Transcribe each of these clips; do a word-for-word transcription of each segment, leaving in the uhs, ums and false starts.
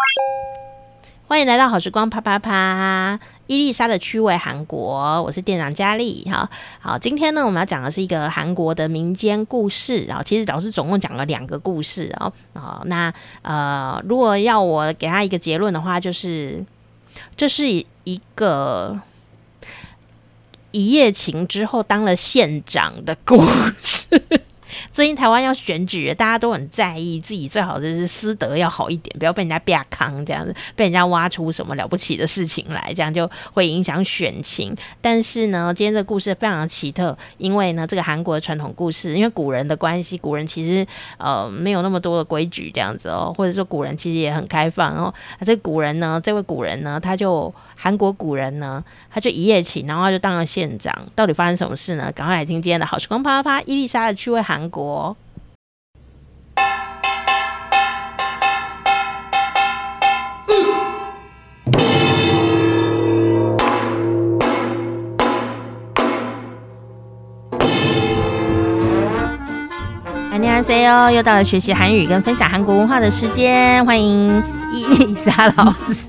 欢迎来到好时光啪啪啪，伊丽莎的趣味韩国，我是店长佳丽。好，好，今天呢，我们要讲的是一个韩国的民间故事。然后，其实老师总共讲了两个故事哦。哦，那呃，如果要我给他一个结论的话，就是这是一个一夜情之后当了县长的故事。最近台湾要选举，大家都很在意自己最好就是私德要好一点，不要被人家啪康这样子，被人家挖出什么了不起的事情来，这样就会影响选情。但是呢，今天这个故事非常的奇特，因为呢，这个韩国的传统故事，因为古人的关系，古人其实呃没有那么多的规矩这样子哦，或者说古人其实也很开放哦。啊、这个古人呢，这位古人呢，他就韩国古人呢，他就一夜情，然后他就当了县长。到底发生什么事呢？赶快来听今天的好时光啪啪啪，伊丽莎的趣味韩国。안녕하세요，又到了学习韩语跟分享韩国文化的时间，欢迎伊丽莎老师。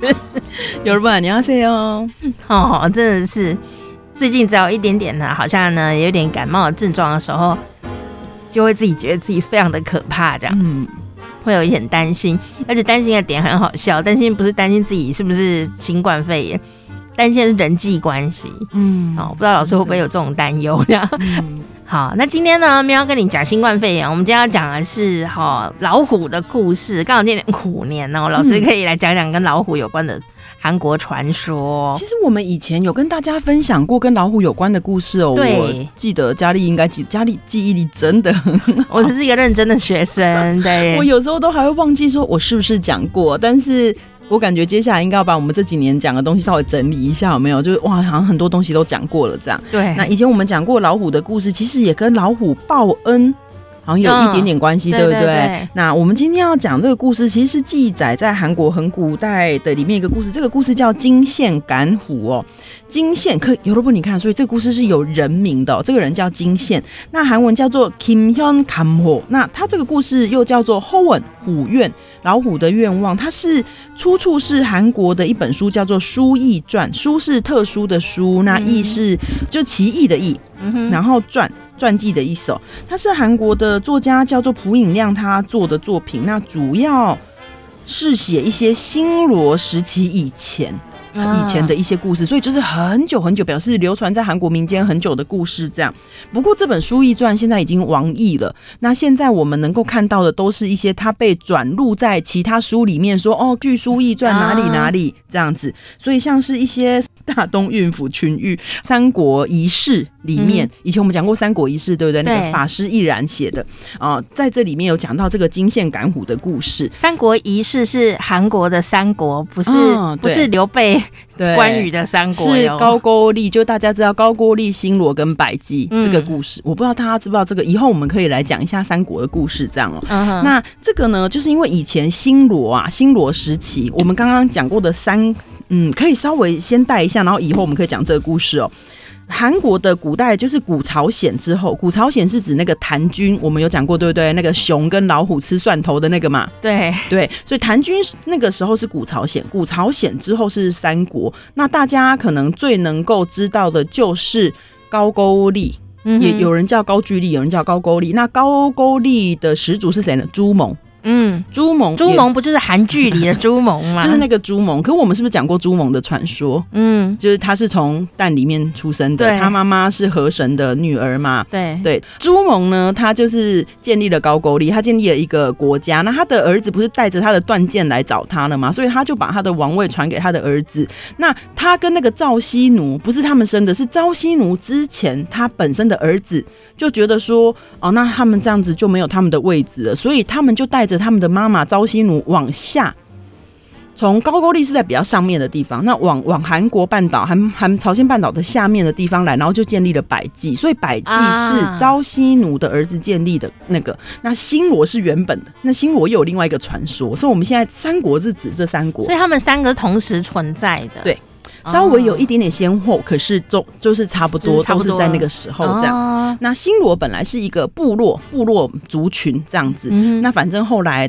여러분안녕하세요。 哦，真的是最近只要一点点呢，好像呢有点感冒的症状的时候，就会自己觉得自己非常的可怕，这样，嗯，会有一点担心，而且担心的点很好笑，担心不是担心自己是不是新冠肺炎，担心的是人际关系，嗯，哦，不知道老师会不会有这种担忧，这样。嗯好，那今天呢，没有要跟你讲新冠肺炎，我们今天要讲的是哈、哦、老虎的故事。刚好今年虎年哦，老师可以来讲讲跟老虎有关的韩国传说。 其实我们以前有跟大家分享过跟老虎有关的故事哦。 对， 我记得佳丽应该记，佳丽记忆力真的很好。 我是一个认真的学生，对， 我有时候都还会忘记说我是不是讲过，但是我感觉接下来应该要把我们这几年讲的东西稍微整理一下，有没有？就是哇，好像很多东西都讲过了这样。 对， 那以前我们讲过老虎的故事，其实也跟老虎报恩好像有一点点关系、嗯、对不 对, 对, 对？那我们今天要讲这个故事，其实是记载在韩国很古代的里面一个故事，这个故事叫金县赶虎哦。金县可有的不你看，所以这个故事是有人名的、哦，这个人叫金县，那韩文叫做 Kim Hyun Kamho， 那他这个故事又叫做 Howen 虎愿。老虎的愿望，它是出处是韩国的一本书，叫做《书异传》。书是特殊的书，那异是就奇异的异，嗯、然后传传记的意思哦。它是韩国的作家叫做朴尹亮他做的作品，那主要是写一些新罗时期以前。以前的一些故事，所以就是很久很久，表示流传在韩国民间很久的故事这样。不过这本《书异传》现在已经亡佚了，那现在我们能够看到的都是一些它被转录在其他书里面说，哦，据《书异传》哪里哪里这样子。所以像是一些大东运府群玉三国仪式里面、嗯、以前我们讲过三国仪式对不对？那个法师毅然写的、呃、在这里面有讲到这个金县赶虎的故事。 三国仪式是韩国的三国，不是、哦、不是刘备关羽的三国， 是高句丽，就大家知道高句丽、新罗跟百济这个故事、嗯、我不知道大家知不知道这个，以后我们可以来讲一下三国的故事这样哦、嗯。那这个呢，就是因为以前新罗啊，新罗时期我们刚刚讲过的三嗯，可以稍微先带一下，然后以后我们可以讲这个故事哦。韩国的古代就是古朝鲜之后，古朝鲜是指那个檀君，我们有讲过对不对？那个熊跟老虎吃蒜头的那个嘛， 对对，所以檀君那个时候是古朝鲜，古朝鲜之后是三国。那大家可能最能够知道的就是高句丽、嗯、也有人叫高句丽，有人叫高句丽。那高句丽的始祖是谁呢？朱蒙。嗯，朱蒙， 朱蒙不就是韩剧里的朱蒙吗？ 就是那个朱蒙。可我们是不是讲过朱蒙的传说？嗯，就是他是从蛋里面出生的，他妈妈是河神的女儿嘛。 对对，朱蒙呢，他就是建立了高句丽，他建立了一个国家。那他的儿子不是带着他的断剑来找他了嘛？所以他就把他的王位传给他的儿子。那他跟那个赵西奴不是他们生的，是赵西奴之前他本身的儿子。就觉得说，哦，那他们这样子就没有他们的位置了，所以他们就带着他们的妈妈昭西奴往下，从高句丽是在比较上面的地方，那往往韩国半岛、韩韩朝鲜半岛的下面的地方来，然后就建立了百济，所以百济是昭西奴的儿子建立的那个。啊、那新罗是原本的，那新罗又有另外一个传说，所以我们现在三国是指这三国， 所以他们三个同时存在的， 对。稍微有一点点先后，可是就就是差不多，都是在那个时候这样。哦、那新罗本来是一个部落部落族群这样子，嗯、那反正后来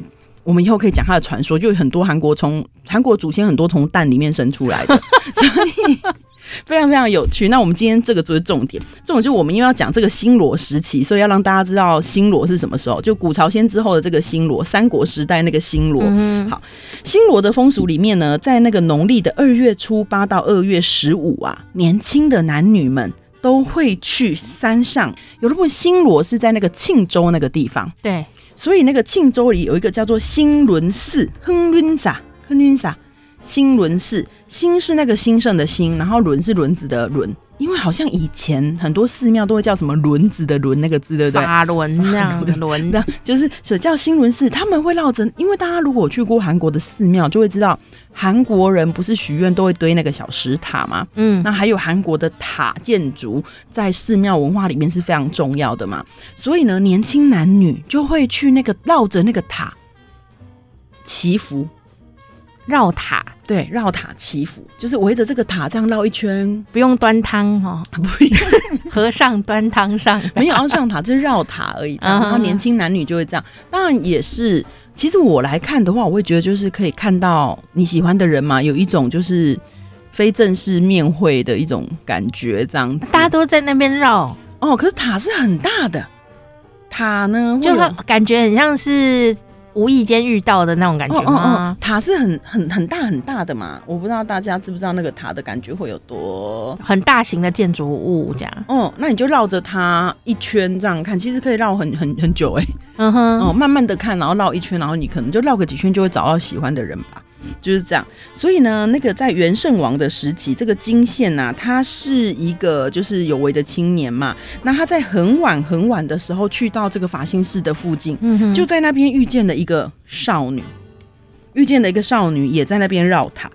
我们以后可以讲它的传说，就有很多韩国从韩国祖先很多从蛋里面生出来的，所以非常非常有趣。那我们今天这个就是重点，重点就是我们因为要讲这个新罗时期，所以要让大家知道新罗是什么时候，就古朝鲜之后的这个新罗，三国时代那个新罗。嗯、好，新罗的风俗里面呢，在那个农历的二月初八到二月十五啊，年轻的男女们都会去山上。有的部分新罗是在那个庆州那个地方， 对， 所以那个庆州里有一个叫做兴伦寺，亨伦萨，亨伦萨，兴伦寺。兴是那个兴盛的兴，然后轮是轮子的轮，因为好像以前很多寺庙都会叫什么轮子的轮那个字，对不对？ 法轮那样的轮， 就是所以叫兴伦寺。他们会绕着，因为大家如果去过韩国的寺庙，就会知道韩国人不是许愿都会堆那个小石塔吗？嗯，那还有韩国的塔建筑在寺庙文化里面是非常重要的嘛，所以呢，年轻男女就会去那个绕着那个塔祈福。 绕塔， 对，绕塔祈福，就是围着这个塔这样绕一圈， 不用端汤哦， 不用， 和尚端汤上， 没有要上塔，就是绕塔而已。然后年轻男女就会这样，当然也是。其实我来看的话，我会觉得就是可以看到你喜欢的人嘛，有一种就是非正式面会的一种感觉，这样子。 大家都在那边绕哦，可是塔是很大的，塔呢就感觉很像是无意间遇到的那种感觉吗？哦哦哦、 塔是很很很大很大的嘛，我不知道大家知不知道那个塔的感觉会有多很大型的建筑物这样。 哦，那你就绕着它一圈这样看，其实可以绕很很很久哎、欸。 嗯哼， 哦，慢慢的看，然后绕一圈，然后你可能就绕个几圈就会找到喜欢的人吧。就是这样。所以呢，那个在元圣王的时期，这个金宪啊，他是一个就是有为的青年嘛。那他在很晚很晚的时候去到这个法兴寺的附近，嗯、就在那边遇见了一个少女，遇见了一个少女也在那边绕塔。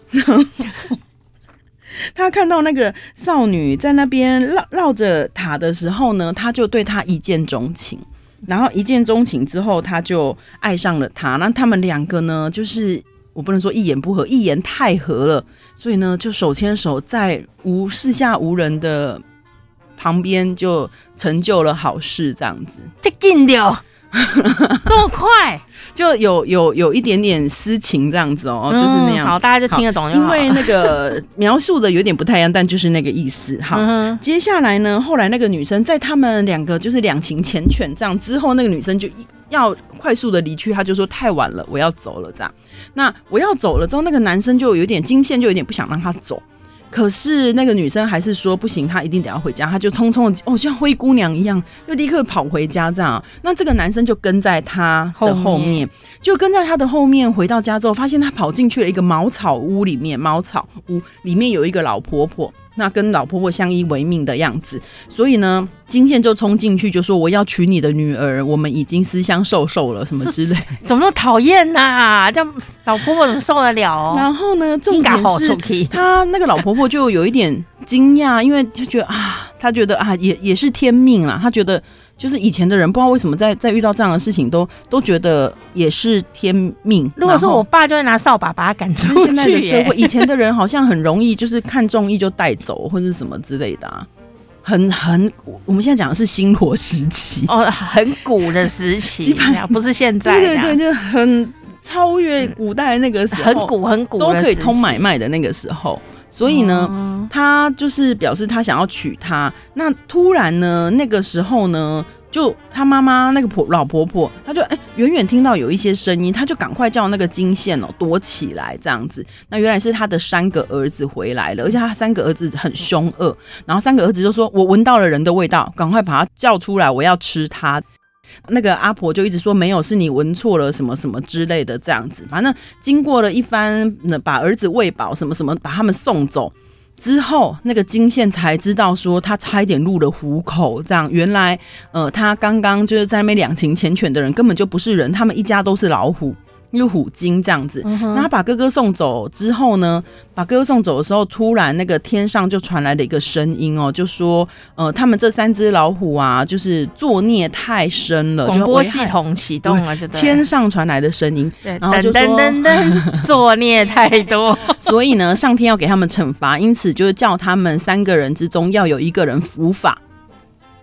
他看到那个少女在那边绕绕着塔的时候呢，他就对她一见钟情。然后一见钟情之后，他就爱上了她。那他们两个呢，就是我不能说一言不合，一言太合了，所以呢，就手牵手在无四下无人的旁边，就成就了好事，这样子。 这紧掉，这么快， 就有有有一点点私情这样子哦，嗯、就是那样。 好，大家就听得懂就好。 因为那个描述的有点不太一样，但就是那个意思。好，嗯、接下来呢，后来那个女生在他们两个就是两情缱绻这样之后，那个女生就要快速的离去，她就说太晚了，我要走了这样。那我要走了之后，那个男生就有点金宪就有点不想让她走。可是那个女生还是说不行，她一定得要回家，她就匆匆的哦，像灰姑娘一样，就立刻跑回家这样。那这个男生就跟在她的后面，后面就跟在她的后面，回到家之后，发现她跑进去了一个茅草屋里面，茅草屋里面有一个老婆婆，那跟老婆婆相依为命的样子。所以呢，金宪就冲进去就说：“我要娶你的女儿，我们已经私相授受了，什么之类。” 怎么那么讨厌呐？这样老婆婆怎么受得了、哦？ 然后呢，重点是她那个老婆婆就有一点惊讶，因为就觉得啊，她觉得啊，也也是天命啦。她觉得就是以前的人不知道为什么在在遇到这样的事情都都觉得也是天命。 如果是我爸，就会拿扫把把他赶出去。 现在的社会，以前的人好像很容易就是看中意就带走或者什么之类的啊。很很，我们现在讲的是新罗时期哦，很古的时期，不是现在。 对对对，就很超越古代那个时候， 很古很古都可以通买卖的那个时候。所以呢，嗯、他就是表示他想要娶她。那突然呢，那个时候呢，就他妈妈那个婆老婆婆，她就哎远远听到有一些声音，她就赶快叫那个金宪哦躲起来这样子。那原来是他的三个儿子回来了，而且他三个儿子很凶恶，然后三个儿子就说：“我闻到了人的味道，赶快把他叫出来，我要吃他。”那个阿婆就一直说没有，是你闻错了什么什么之类的这样子。反正经过了一番把儿子喂饱什么什么，把他们送走之后，那个金宪才知道说他差一点入了虎口。这样原来呃，他刚刚就是在那边两情缱绻的人根本就不是人，他们一家都是老虎。因为虎精这样子，那、嗯、他把哥哥送走之后呢，把哥哥送走的时候，突然那个天上就传来了一个声音哦，就说呃，他们这三只老虎啊，就是作孽太深了， 广播系统启动了，就对， 天上传来的声音，然后就说噔噔噔，作孽太多， 所以呢，上天要给他们惩罚，因此就是叫他们三个人之中要有一个人伏法。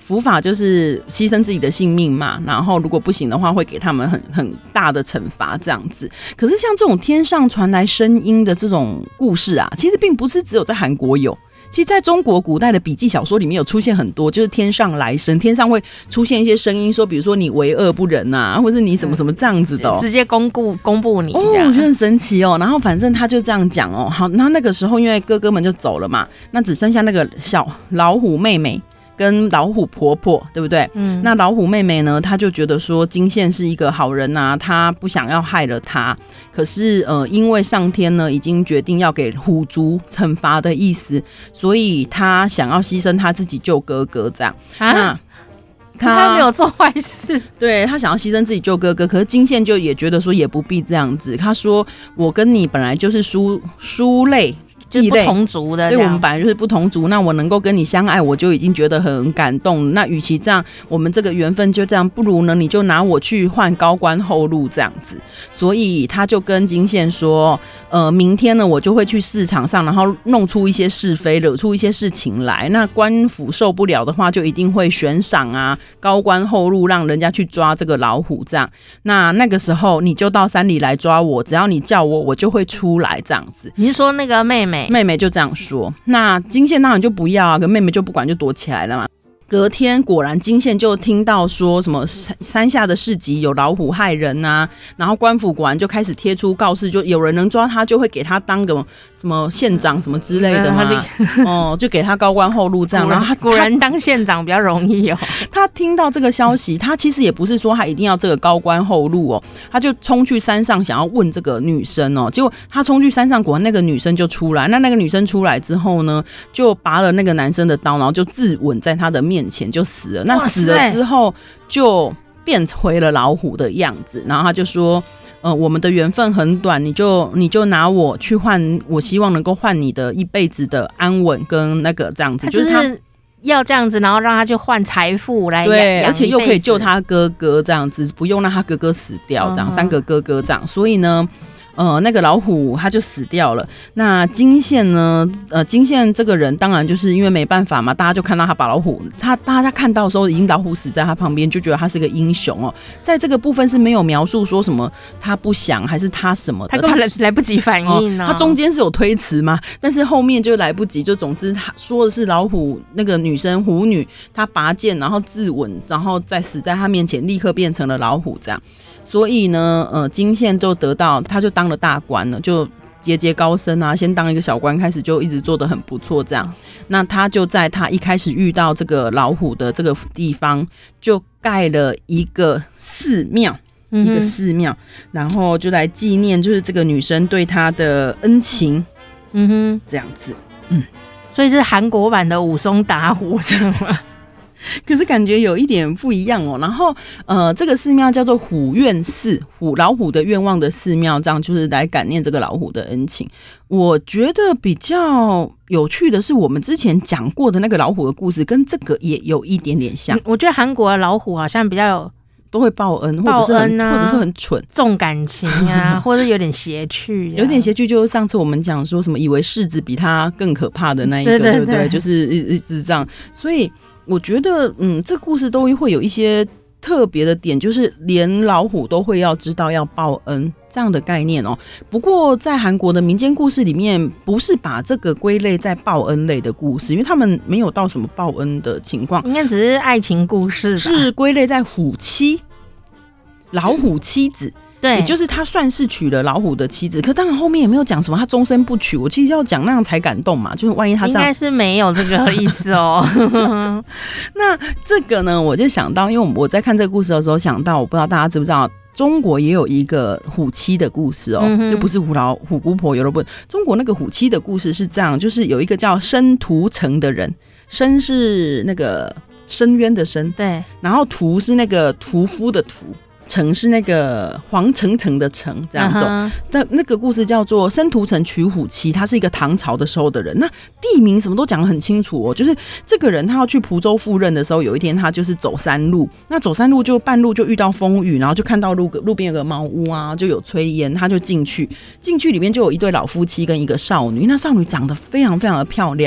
伏法就是牺牲自己的性命嘛，然后如果不行的话会给他们很很大的惩罚这样子。可是像这种天上传来声音的这种故事啊，其实并不是只有在韩国有，其实在中国古代的笔记小说里面有出现很多，就是天上来声，天上会出现一些声音说，比如说你为恶不仁啊，或者你什么什么这样子的、哦、 直接公布公布你这样。 哦，我觉得很神奇哦。然后反正他就这样讲哦，好，然后那个时候因为哥哥们就走了嘛，那只剩下那个小老虎妹妹跟老虎婆婆，对不对？嗯，那老虎妹妹呢，她就觉得说金线是一个好人啊，她不想要害了她。可是呃，因为上天呢已经决定要给虎族惩罚的意思，所以她想要牺牲她自己救哥哥这样。啊，那他没有做坏事， 对，他想要牺牲自己救哥哥，可是金线就也觉得说也不必这样子。他说：“我跟你本来就是书书类。” 就是不同族的， 对，我们本来就是不同族，那我能够跟你相爱，我就已经觉得很感动。那与其这样，我们这个缘分就这样，不如呢，你就拿我去换高官厚禄这样子。所以他就跟金线说，呃，明天呢，我就会去市场上，然后弄出一些是非，惹出一些事情来。那官府受不了的话，就一定会悬赏啊，高官厚禄，让人家去抓这个老虎这样。那那个时候你就到山里来抓我，只要你叫我，我就会出来这样子。 你是说那个妹妹？ 妹妹就这样说，那金线当然就不要啊，可妹妹就不管，就躲起来了嘛。隔天果然金线就听到说什么山下的市集有老虎害人啊，然后官府果然就开始贴出告示，就有人能抓他就会给他当个什么县长什么之类的嘛，哦，就给他高官厚禄这样。然后他果然当县长比较容易哦。 他听到这个消息，他其实也不是说他一定要这个高官厚禄哦，他就冲去山上想要问这个女生哦，结果他冲去山上，果然那个女生就出来。那那个女生出来之后呢，就拔了那个男生的刀，然后就自刎在他的面面前就死了。那死了之后就变回了老虎的样子，然后他就说呃，我们的缘分很短，你就你就拿我去换，我希望能够换你的一辈子的安稳跟那个这样子， 就是他要这样子，然后让他去换财富来养， 对，而且又可以救他哥哥这样子，不用让他哥哥死掉这样，嗯、三个哥哥这样，所以呢呃，那个老虎他就死掉了。那金线呢？呃，金线这个人当然就是因为没办法嘛，大家就看到他把老虎，他大家看到的时候已经老虎死在他旁边，就觉得他是个英雄哦。在这个部分是没有描述说什么他不想还是他什么的， 他根本 来, 来不及反应、哦哦、他中间是有推辞嘛，但是后面就来不及。就总之他说的是老虎那个女生虎女，她拔剑然后自刎，然后再死在他面前，立刻变成了老虎这样。所以呢，呃，金线就得到，他就当了大官了，就节节高升啊，先当一个小官，开始就一直做得很不错这样。那他就在他一开始遇到这个老虎的这个地方，就盖了一个寺庙，嗯、一个寺庙，然后就来纪念，就是这个女生对他的恩情，嗯哼，这样子，嗯， 所以是韩国版的武松打虎，这样吗？ 可是感觉有一点不一样哦。然后呃，这个寺庙叫做虎愿寺，虎老虎的愿望的寺庙，这样就是来感念这个老虎的恩情。我觉得比较有趣的是，我们之前讲过的那个老虎的故事，跟这个也有一点点像。 我觉得韩国的老虎好像比较有都会报恩，或者是很、啊、或者是很蠢， 重感情啊，或者有点邪趣、啊， 有点邪趣。就是上次我们讲说什么，以为柿子比他更可怕的那一个，对, 对, 对, 对不对？就是一直这样，所以。我觉得，嗯，这故事都会有一些特别的点，就是连老虎都会要知道要报恩这样的概念哦。不过，在韩国的民间故事里面，不是把这个归类在报恩类的故事，因为他们没有到什么报恩的情况， 应该只是爱情故事吧， 是归类在虎妻，老虎妻子。对，也就是他算是娶了老虎的妻子，可当然后面也没有讲什么他终身不娶。我其实要讲那样才感动嘛，就是万一他这样， 应该是没有这个意思哦。 那这个呢，我就想到，因为我在看这个故事的时候想到，我不知道大家知不知道，中国也有一个虎妻的故事哦，嗯、就不是虎老虎姑婆有了不？中国那个虎妻的故事是这样，就是有一个叫申屠城的人，申是那个深渊的深， 对， 然后屠是那个屠夫的屠。城是那个黄澄澄的澄，这样子、哦。那、uh-huh. 那个故事叫做申屠城娶虎妻，他是一个唐朝的时候的人。那地名什么都讲得很清楚哦，就是这个人他要去蒲州赴任的时候，有一天他就是走山路，那走山路就半路就遇到风雨，然后就看到路路边有个茅屋啊，就有炊烟，他就进去，进去里面就有一对老夫妻跟一个少女，那少女长得非常非常的漂亮。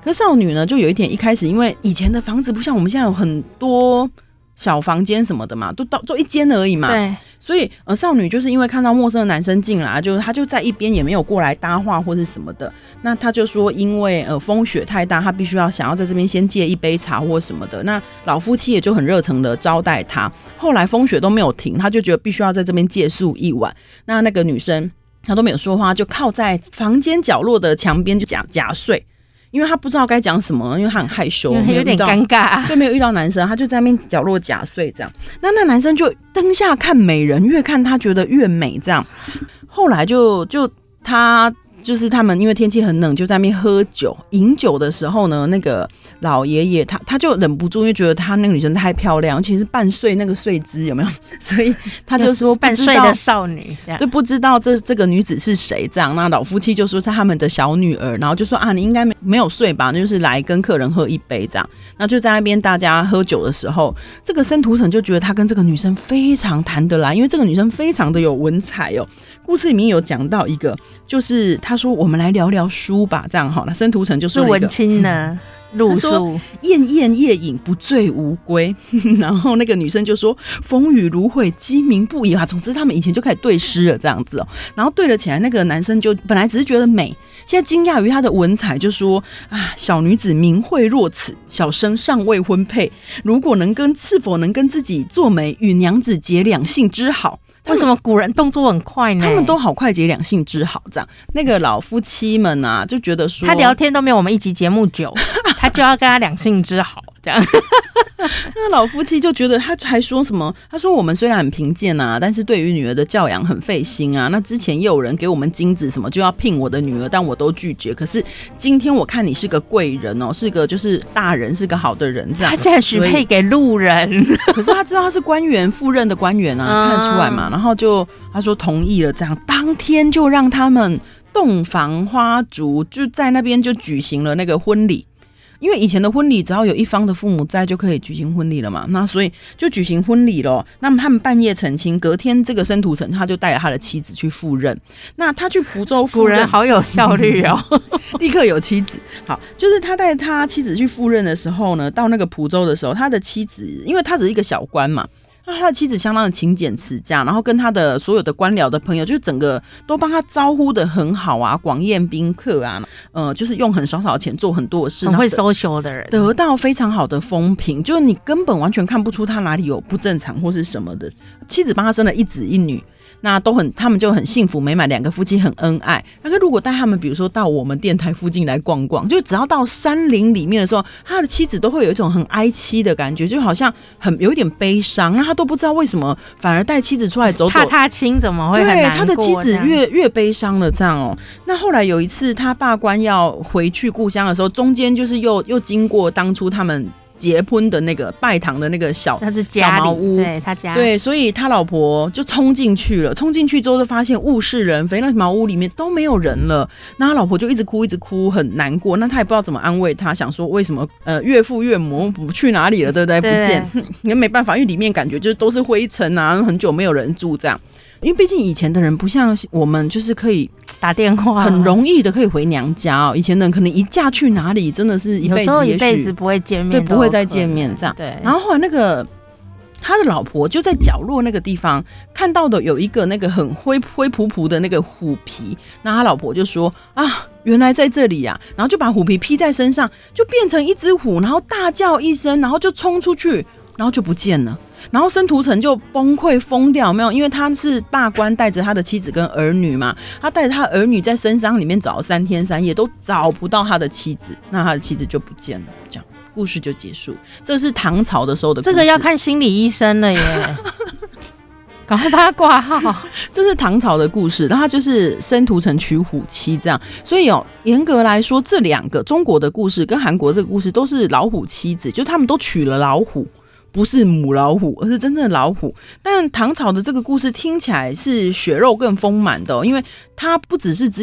可是少女呢，就有一点，一开始因为以前的房子不像我们现在有很多小房间什么的嘛，都到都一间而已嘛。 对， 所以呃，少女就是因为看到陌生的男生进来，就是她就在一边也没有过来搭话或是什么的。那她就说，因为呃风雪太大，她必须要想要在这边先借一杯茶或什么的。那老夫妻也就很热诚的招待她。后来风雪都没有停，她就觉得必须要在这边借宿一晚。那那个女生她都没有说话，就靠在房间角落的墙边就假假睡。因为他不知道该讲什么，因为他很害羞， 有点尴尬， 对，没有遇到男生，他就在那边角落假睡这样。那那男生就灯下看美人，越看他觉得越美这样。后来就就他就是他们因为天气很冷，就在那边喝酒饮酒的时候呢，那个老爷爷他他就忍不住，因为觉得他那个女生太漂亮，而且是半睡那个睡姿有没有？所以他就说半睡的少女， 就不知道这这个女子是谁这样。那老夫妻就说是他们的小女儿，然后就说啊，你应该没没有睡吧？那就是来跟客人喝一杯这样。那就在那边大家喝酒的时候，这个申屠承就觉得他跟这个女生非常谈得来，因为这个女生非常的有文采哦。故事里面有讲到一个，就是他说我们来聊聊书吧，这样哈。那申屠承就说了一个是文青呢。露宿燕燕夜饮不醉无归然后那个女生就说风雨芦荟鸡鸣不已啊，总之他们以前就开始对诗了这样子哦。然后对了起来，那个男生就本来只是觉得美，现在惊讶于她的文采，就说啊，小女子名讳若此，小生尚未婚配，如果能跟是否能跟自己做媒，与娘子结两性之好。 为什么古人动作很快呢？ 他们都好快结两性之好，这样那个老夫妻们啊，就觉得说他聊天都没有我们一集节目久，他就要跟他两性之好，这样。 那老夫妻就觉得他还说什么？他说我们虽然很贫贱啊，但是对于女儿的教养很费心啊。那之前也有人给我们金子什么，就要聘我的女儿，但我都拒绝。可是今天我看你是个贵人哦，是个就是大人，是个好的人，这样他竟然许配给路人。 可是他知道他是官员，赴任的官员啊，看得出来嘛。然后就他说同意了，这样当天就让他们洞房花烛，就在那边就举行了那个婚礼。因为以前的婚礼只要有一方的父母在就可以举行婚礼了嘛，那所以就举行婚礼了。那么他们半夜成亲，隔天这个申屠承他就带着他的妻子去赴任。那他去蒲州赴任， 古人好有效率哦， 立刻有妻子。好，就是他带他妻子去赴任的时候呢，到那个蒲州的时候，他的妻子因为他只是一个小官嘛。那他的妻子相当的勤俭持家，然后跟他的所有的官僚的朋友，就整个都帮他招呼的很好啊，广宴宾客啊，呃，就是用很少少的钱做很多的事， 很会 social 的人， 得到非常好的风评，就是你根本完全看不出他哪里有不正常或是什么的。妻子帮他生了一子一女。那都很，他们就很幸福美满，两个夫妻很恩爱。那个如果带他们，比如说到我们电台附近来逛逛，就只要到山林里面的时候，他的妻子都会有一种很哀戚的感觉，就好像很有一点悲伤。那他都不知道为什么，反而带妻子出来走走， 踏踏青怎么会很难过？ 对，他的妻子越越悲伤了，这样哦。那后来有一次他罢官要回去故乡的时候，中间就是又又经过当初他们结婚的那个拜堂的那个小他是家小茅屋， 对他家对，所以他老婆就冲进去了。冲进去之后就发现物是人非，那茅屋里面都没有人了。那他老婆就一直哭，一直哭，很难过。那他也不知道怎么安慰他，想说为什么呃岳父岳母不去哪里了，对不对？不见，也没办法，因为里面感觉就是都是灰尘啊，很久没有人住这样。因为毕竟以前的人不像我们，就是可以打电话， 很容易的可以回娘家哦。以前的人可能一嫁去哪里，真的是一辈子， 有时候一辈子不会见面， 对，不会再见面这样。 对， 然后后来那个他的老婆就在角落那个地方看到的有一个那个很灰灰扑扑的那个虎皮，那他老婆就说啊，原来在这里啊，然后就把虎皮披在身上，就变成一只虎，然后大叫一声，然后就冲出去，然后就不见了。然后申屠承就崩溃疯掉，没有，因为他是罢官，带着他的妻子跟儿女嘛，他带着他儿女在深山里面找了三天三夜都找不到他的妻子，那他的妻子就不见了，这样故事就结束。这是唐朝的时候的故事， 这个要看心理医生了耶。赶快把他挂号。 这是唐朝的故事，那他就是申屠承娶虎妻这样，所以哦，严格来说，这两个中国的故事跟韩国这个故事都是老虎妻子，就他们都娶了老虎。不是母老虎，而是真正的老虎。但唐朝的这个故事听起来是血肉更丰满的哦，因为它不只是只有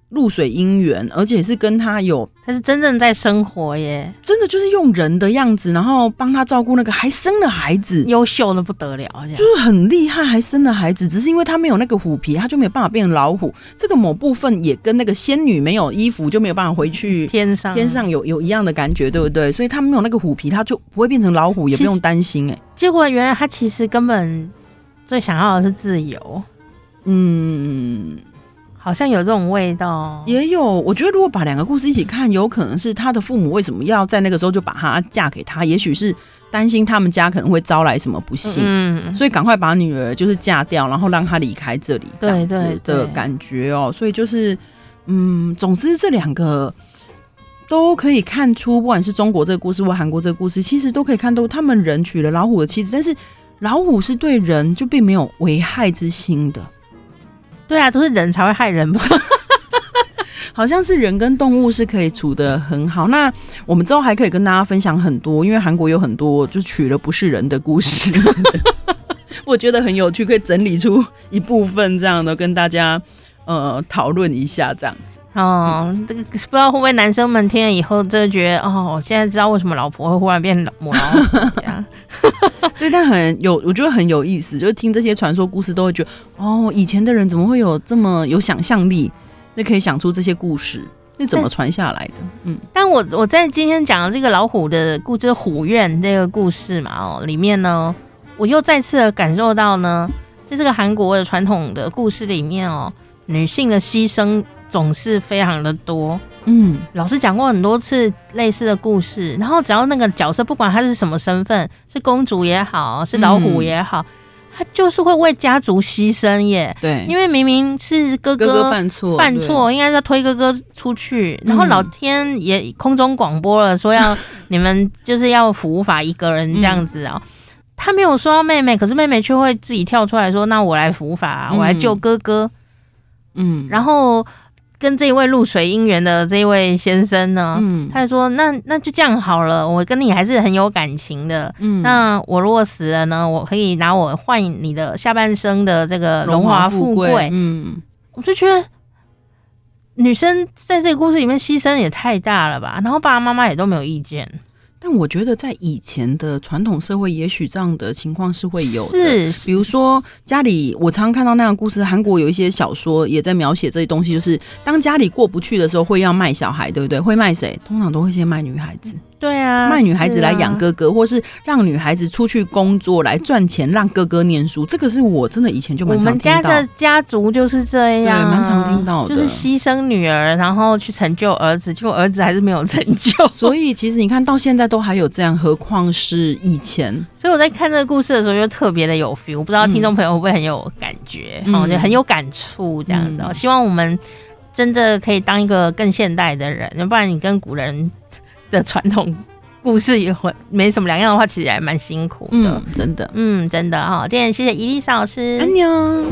露水姻缘，而且是跟他有， 他是真正在生活耶， 真的就是用人的样子，然后帮他照顾那个，还生了孩子， 优秀的不得了， 就是很厉害，还生了孩子。只是因为他没有那个虎皮，他就没有办法变成老虎。这个某部分也跟那个仙女没有衣服就没有办法回去天上， 天上有有一样的感觉，对不对？所以他没有那个虎皮，他就不会变成老虎，也不用担心哎、欸。 结果原来他其实根本最想要的是自由，嗯。好像有这种味道， 也有。我觉得如果把两个故事一起看，有可能是他的父母为什么要在那个时候就把她嫁给他，也许是担心他们家可能会招来什么不幸，嗯，所以赶快把女儿就是嫁掉，然后让她离开这里，这样子的感觉哦。所以就是，嗯，总之这两个都可以看出，不管是中国这个故事或韩国这个故事，其实都可以看到他们人娶了老虎的妻子，但是老虎是对人就并没有危害之心的。 对啊，都是人才会害人，不是？ 好像是人跟动物是可以处得很好。那我们之后还可以跟大家分享很多，因为韩国有很多就娶了不是人的故事，我觉得很有趣，可以整理出一部分这样的跟大家呃讨论一下这样子。 哦，这个不知道会不会男生们听了以后，就觉得哦，我现在知道为什么老婆会忽然变母老虎这样。 对，但很有，我觉得很有意思，就是听这些传说故事都会觉得，哦，以前的人怎么会有这么有想象力，那可以想出这些故事，是怎么传下来的？嗯， 但我我在今天讲的这个老虎的故事，虎怨这个故事嘛，哦，里面呢，我又再次的感受到呢，在这个韩国的传统的故事里面哦，女性的牺牲总是非常的多。嗯，老师讲过很多次类似的故事，然后只要那个角色不管他是什么身份，是公主也好，是老虎也好，嗯，他就是会为家族牺牲耶。 对， 因为明明是哥哥， 哥哥犯错， 犯错应该要推哥哥出去，然后老天也空中广播了，说要你们就是要伏法一个人这样子啊，喔。嗯，他没有说要妹妹，可是妹妹却会自己跳出来说：“那我来伏法，啊，我来救哥哥。”嗯，然后。跟这一位露水姻缘的这一位先生呢，嗯，他就说那那就这样好了，我跟你还是很有感情的，嗯，那我如果死了呢，我可以拿我换你的下半生的这个荣华富贵，嗯，我就觉得女生在这个故事里面牺牲也太大了吧，然后爸爸妈妈也都没有意见。 但我觉得在以前的传统社会，也许这样的情况是会有的。是，比如说家里，我常常看到那样的故事，韩国有一些小说也在描写这些东西，就是当家里过不去的时候，会要卖小孩，对不对？会卖谁？通常都会先卖女孩子。 对啊， 卖女孩子来养哥哥，啊，或是让女孩子出去工作来赚钱，让哥哥念书。这个是我真的以前就蛮常听到。 我们家的家族就是这样， 对，蛮常听到的， 就是牺牲女儿，然后去成就儿子，结果儿子还是没有成就。 所以其实你看到现在都还有这样，何况是以前。 所以我在看这个故事的时候，就特别的有 feel， 不知道听众朋友会不会很有感觉，嗯，就很有感触这样子，嗯。希望我们真的可以当一个更现代的人，不然你跟古人的传统故事也会没什么两样的话，其实还蛮辛苦的， 嗯，真的， 嗯，真的哈。今天谢谢伊丽莎老师， 安妞。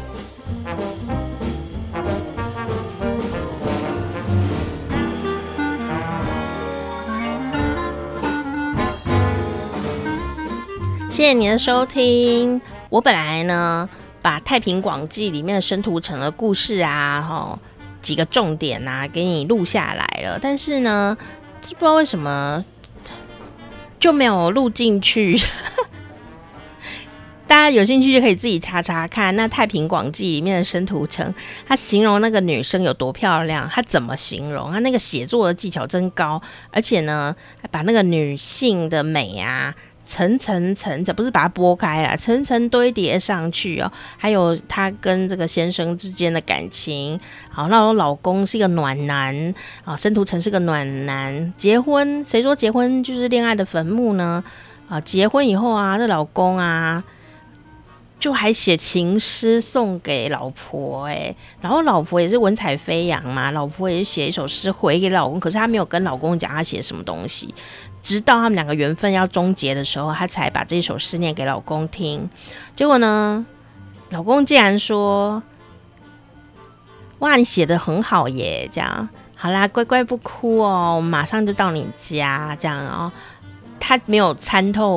谢谢你的收听。我本来呢，把《太平广记》里面的申屠城的故事啊，哈，几个重点啊，给你录下来了，但是呢，不知道为什么就没有录进去。大家有兴趣就可以自己查查看。那《太平广记》里面的申屠城，他形容那个女生有多漂亮，他怎么形容？他那个写作的技巧真高，而且呢，把那个女性的美啊。层层层层不是把它剥开啦，层层堆叠上去哦。还有她跟这个先生之间的感情，好，那我老公是一个暖男啊，申屠城是个暖男。结婚，谁说结婚就是恋爱的坟墓呢？啊，结婚以后啊，这老公啊，就还写情诗送给老婆哎、欸，然后老婆也是文采飞扬嘛，老婆也写一首诗回给老公，可是她没有跟老公讲她写什么东西。直到他们两个缘分要终结的时候，她才把这首诗念给老公听。结果呢，老公竟然说：“哇，你写得很好耶！”这样，好啦，乖乖不哭哦，我马上就到你家。这样哦，他没有参透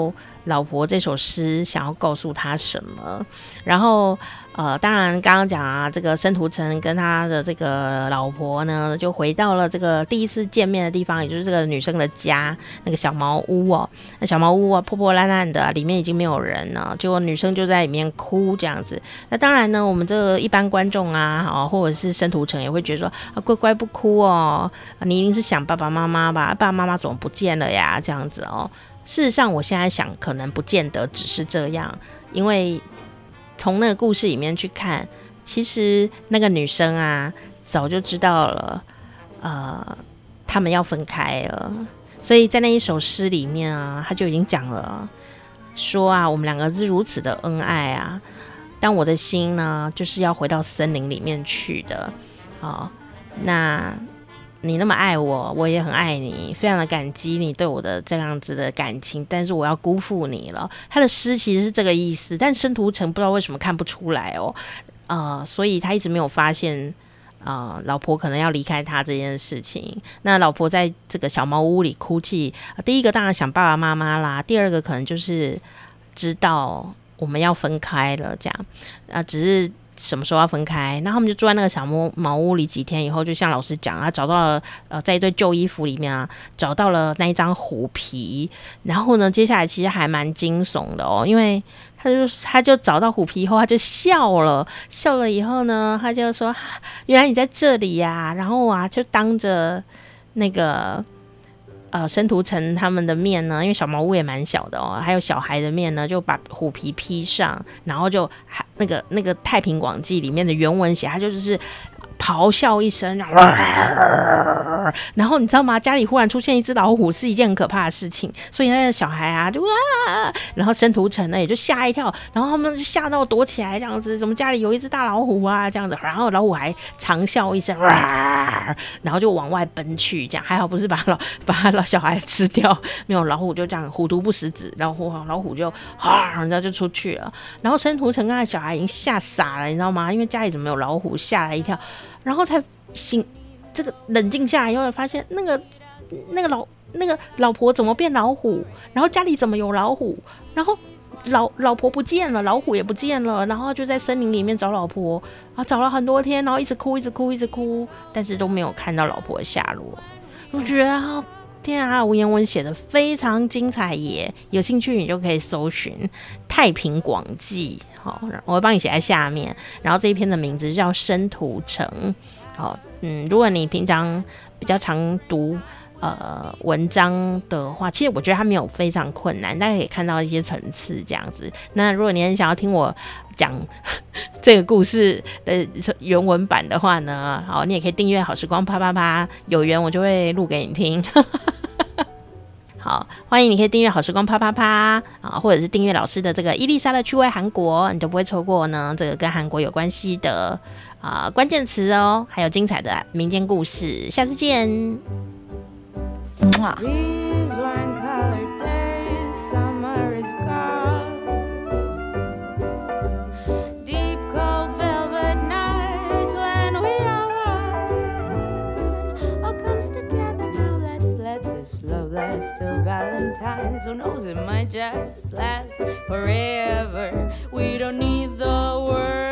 老婆这首诗想要告诉他什么。然后呃，当然刚刚讲啊，这个申屠城跟他的这个老婆呢，就回到了这个第一次见面的地方，也就是这个女生的家，那个小茅屋哦。那小茅屋啊，破破烂烂的、啊，里面已经没有人了，结果女生就在里面哭这样子。那当然呢，我们这个一般观众啊，哦，或者是申屠城也会觉得说啊，乖乖不哭哦，你一定是想爸爸妈妈吧？爸爸妈妈怎么不见了呀？这样子哦。事实上，我现在想，可能不见得只是这样，因为从那个故事里面去看，其实那个女生啊，早就知道了，呃，他们要分开了。所以在那一首诗里面啊，他就已经讲了，说啊，我们两个是如此的恩爱啊，但我的心呢，就是要回到森林里面去的。哦，那你那么爱我，我也很爱你，非常的感激你对我的这样子的感情，但是我要辜负你了。他的诗其实是这个意思，但申屠城不知道为什么看不出来哦，呃，所以他一直没有发现，呃，老婆可能要离开他这件事情。那老婆在这个小茅屋里哭泣，呃、第一个当然想爸爸妈妈啦，第二个可能就是知道我们要分开了，这样啊、呃，只是什么时候要分开。那他们就住在那个小茅屋里几天以后，就像老师讲啊，找到了呃，在一堆旧衣服里面啊，找到了那一张虎皮。然后呢，接下来其实还蛮惊悚的哦，因为他就他就找到虎皮以后，他就笑了，笑了以后呢，他就说：“原来你在这里呀、啊！”然后啊，就当着那个呃申屠城他们的面呢，因为小茅屋也蛮小的哦，还有小孩的面呢，就把虎皮披上，然后就那个那个《太平广记》里面的原文写，他就是咆哮一声，然后你知道吗？家里忽然出现一只老虎是一件很可怕的事情，所以那个小孩啊就啊，然后申屠城呢也就吓一跳，然后他们就吓到躲起来，这样子，怎么家里有一只大老虎啊？这样子，然后老虎还长啸一声，然后就往外奔去，这样还好不是把老把老小孩吃掉，没有，老虎就这样虎毒不食子，然后老虎就啊，人家就出去了，然后申屠城跟他的小孩已经吓傻了，你知道吗？因为家里怎么有老虎，吓了一跳。然后才醒，这个冷静下来以后，发现那个那个老那个老婆怎么变老虎，然后家里怎么有老虎，然后老老婆不见了，老虎也不见了，然后就在森林里面找老婆啊，找了很多天，然后一直哭，一直哭，一直哭，但是都没有看到老婆的下落。我觉得啊，天啊，文言文写的非常精彩耶！有兴趣你就可以搜寻《太平广记》。好，我会帮你写在下面。然后这一篇的名字叫《申屠城》。好，嗯，如果你平常比较常读呃文章的话，其实我觉得它没有非常困难，大家可以看到一些层次这样子。那如果你很想要听我讲这个故事的原文版的话呢，好，你也可以订阅好时光啪啪啪，有缘我就会录给你听。好，欢迎你可以订阅好时光啪啪啪啊，或者是订阅老师的这个伊丽莎的趣味韩国，你都不会错过呢这个跟韩国有关系的啊关键词哦，还有精彩的民间故事。下次见。哇 Love lasts till Valentine's. Who knows, it might just last forever. We don't need the world